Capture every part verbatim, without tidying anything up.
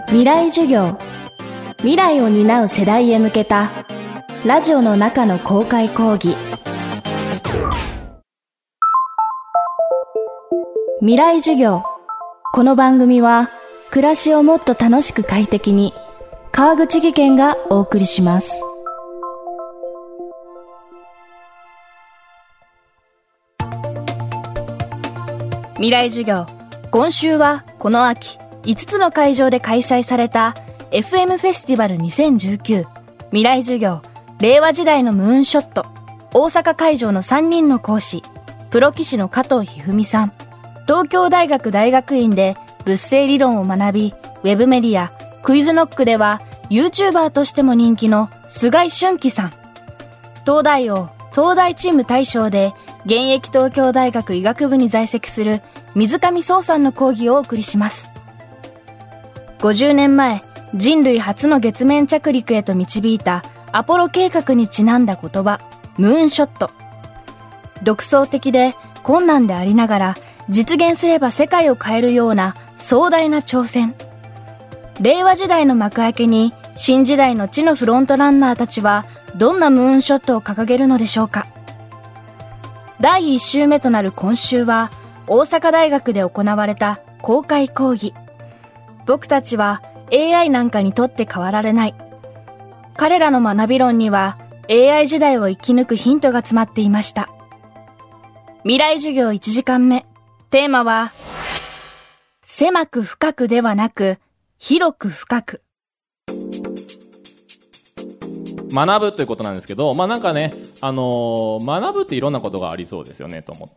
未来授業、未来を担う世代へ向けたラジオの中の公開講義。未来授業。この番組は暮らしをもっと楽しく快適に、川口義賢がお送りします。未来授業、今週はこの秋いつつの会場で開催された エフエム フェスティバルにせんじゅうきゅう未来授業令和時代のムーンショット、大阪会場のさんにんの講師、プロ棋士の加藤一二三さん、東京大学大学院で物性理論を学び、ウェブメディアクイズノックでは YouTuber としても人気の菅井俊樹さん、東大王東大チーム大賞で現役東京大学医学部に在籍する水上壮さんの講義をお送りします。ごじゅうねんまえ、人類初の月面着陸へと導いたアポロ計画にちなんだ言葉、ムーンショット。独創的で困難でありながら実現すれば世界を変えるような壮大な挑戦。令和時代の幕開けに新時代の地のフロントランナーたちはどんなムーンショットを掲げるのでしょうか。だいいち週目となる今週は大阪大学で行われた公開講義。僕たちは エーアイ なんかにとって変わられない。彼らの学び論には エーアイ 時代を生き抜くヒントが詰まっていました。未来授業いちじかんめ、テーマは狭く深くではなく広く深く。 学ぶということなんですけど、まあなんかね、あのー、学ぶっていろんなことがありそうですよねと思って。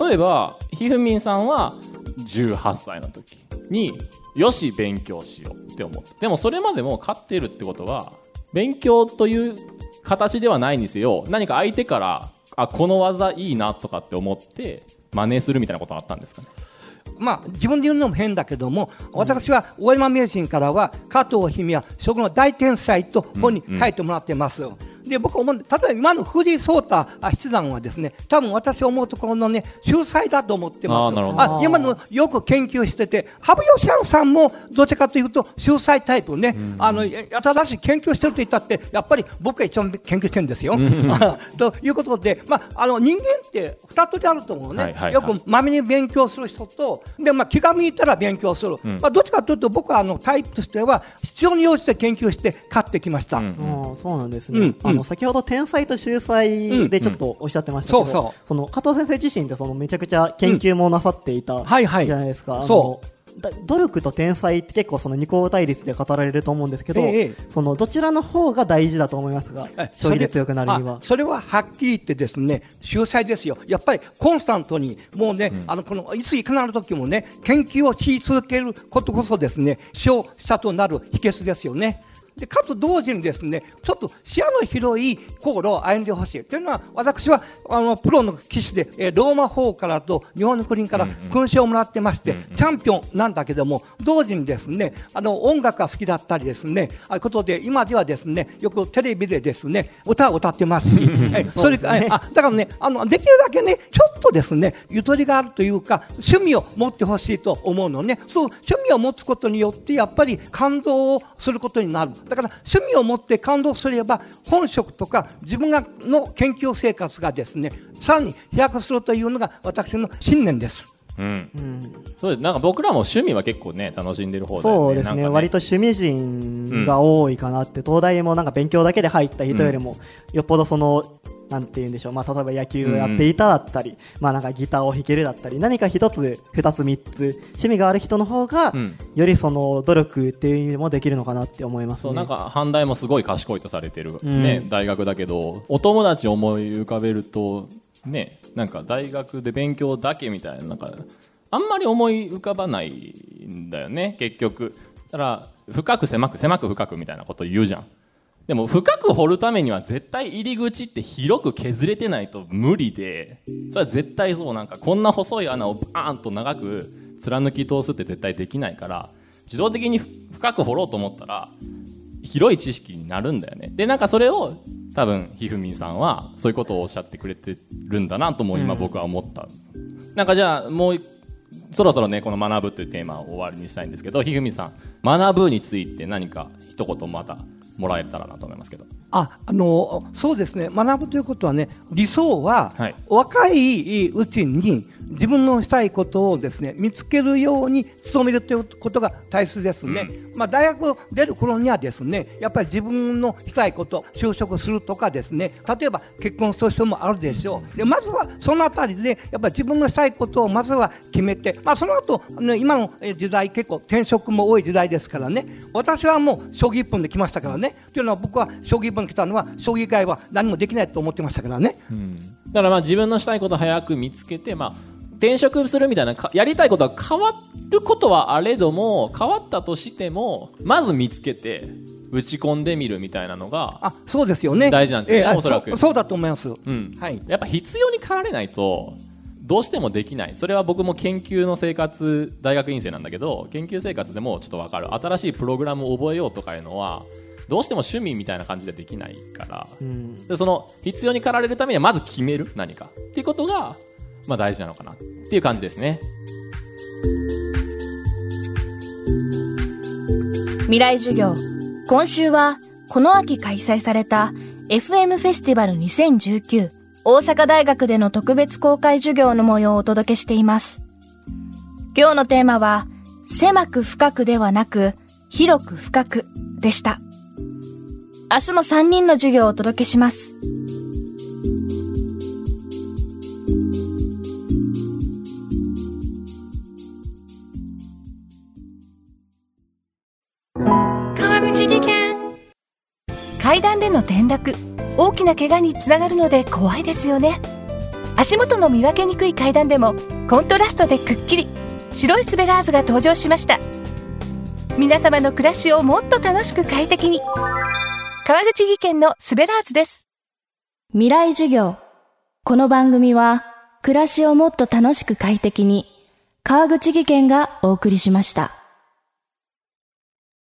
例えばひふみんさんはじゅうはっさいの時によし勉強しようって思って、でもそれまでも勝ってるってことは勉強という形ではないにせよ、何か相手からあこの技いいなとかって思って真似するみたいなことがあったんですかね。 まあ、自分で言うのも変だけども、私は大山名人からは加藤一二三は食の大天才と本に書いてもらってます、うんうん、で僕は思う、例えば今の藤井聡太七段はですね、多分私思うところのね秀才だと思ってます。ああ今のよく研究してて、羽生善治さんもどちらかというと秀才タイプね、うん、あの新しい研究してると言ったってやっぱり僕が一番研究してるんですよ、うん、ということで、まあ、あの人間ってふたつあると思うね、はいはいはい、よくまめに勉強する人とで、まあ、気が向いたら勉強する、うんまあ、どっちかというと僕はあのタイプとしては必要に応じて研究して勝ってきました、うんうん、そうなんですね、うん、あの先ほど天才と秀才でちょっとおっしゃってましたけど、うんうん、そうそうその加藤先生自身ってそのめちゃくちゃ研究もなさっていた、うん、じゃないですか、はいはい、そう努力と天才って結構その二項対立で語られると思うんですけど、ええ、そのどちらの方が大事だと思いますが、将棋で強くなるには。 それははっきり言ってですね、秀才ですよ。やっぱりコンスタントにもうね、うん、あのこのいついかなる時もね研究をし続けることこそですね勝者となる秘訣ですよね。でかつ同時にですねちょっと視野の広い航路を歩んでほしいというのは、私はあのプロの棋士で、えー、ローマ法からと日本の国から勲章をもらってまして、うんうん、チャンピオンなんだけども、同時にですねあの音楽が好きだったりですね、あいうことで今ではですねよくテレビでですね歌を歌ってますしえそれ、ね、あだからねあのできるだけねちょっとですねゆとりがあるというか趣味を持ってほしいと思うのね。そう趣味を持つことによってやっぱり感動をすることになる。だから趣味を持って感動すれば本職とか自分がの研究生活がですねさらに飛躍するというのが私の信念です。 うんうん、そうです。なんか僕らも趣味は結構ね楽しんでる方だよね。 そうですね、ね割と趣味人が多いかなって、うん、東大もなんか勉強だけで入った人よりも、うん、よっぽどそのなんて言うんでしょう、まあ、例えば野球をやっていただったり、うんまあ、なんかギターを弾けるだったり、何か一つ二つ三つ趣味がある人の方が、うん、よりその努力っていう意味でもできるのかなって思いますね。 そうなんか阪大もすごい賢いとされてる、ねうん、大学だけど、お友達を思い浮かべるとね、なんか大学で勉強だけみたいな、なんかあんまり思い浮かばないんだよね結局。だから深く狭く狭く深くみたいなこと言うじゃん。でも深く掘るためには絶対入り口って広く削れてないと無理で、それは絶対そう。なんかこんな細い穴をバーンと長く貫き通すって絶対できないから、自動的に深く掘ろうと思ったら広い知識になるんだよね。でなんかそれを多分ひふみんさんはそういうことをおっしゃってくれてるんだなとも今僕は思った、うん、なんかじゃあもうそろそろねこの学ぶというテーマを終わりにしたいんですけど、ひふみさん、学ぶについて何か一言またもらえたらなと思いますけど。 あ、あのそうですね、学ぶということはね、理想は、はい、若いうちに自分のしたいことをですね見つけるように努めるということが大切ですね、うん、まあ、大学を出る頃にはですねやっぱり自分のしたいこと、就職するとかですね、例えば結婚する人もあるでしょう。でまずはそのあたりでやっぱり自分のしたいことをまずは決めて、まあ、その後、ね、今の時代結構転職も多い時代ですからね、私はもう将棋一本で来ましたからね、というのは僕は将棋一本来たのは将棋以外は何もできないと思ってましたからね、 うん、だからまあ自分のしたいことを早く見つけて、まあ転職するみたいなやりたいことは変わることはあれども、変わったとしてもまず見つけて打ち込んでみるみたいなのがあそうですよね、 大事なんですよね、 えー、 おそらくそ, そうだと思います、 うんはい、やっぱ必要に駆られないとどうしてもできない。それは僕も研究の生活、大学院生なんだけど研究生活でもちょっと分かる。新しいプログラムを覚えようとかいうのはどうしても趣味みたいな感じでできないから、うん、でその必要に駆られるためにはまず決める何かっていうことがまあ大事なのかなっていう感じですね。 未来授業、今週はこの秋開催された エフエム フェスティバルにせんじゅうきゅう大阪大学での特別公開授業の模様をお届けしています。今日のテーマは狭く深くではなく広く深くでした。明日もさんにんの授業をお届けします。 階段での転落、大きな怪我につながるので怖いですよね。足元の見分けにくい階段でもコントラストでくっきり白いスベラーズが登場しました。皆様の暮らしをもっと楽しく快適に、川口技研のスベラーズです。 未来授業、この番組は暮らしをもっと楽しく快適に川口技研がお送りしました。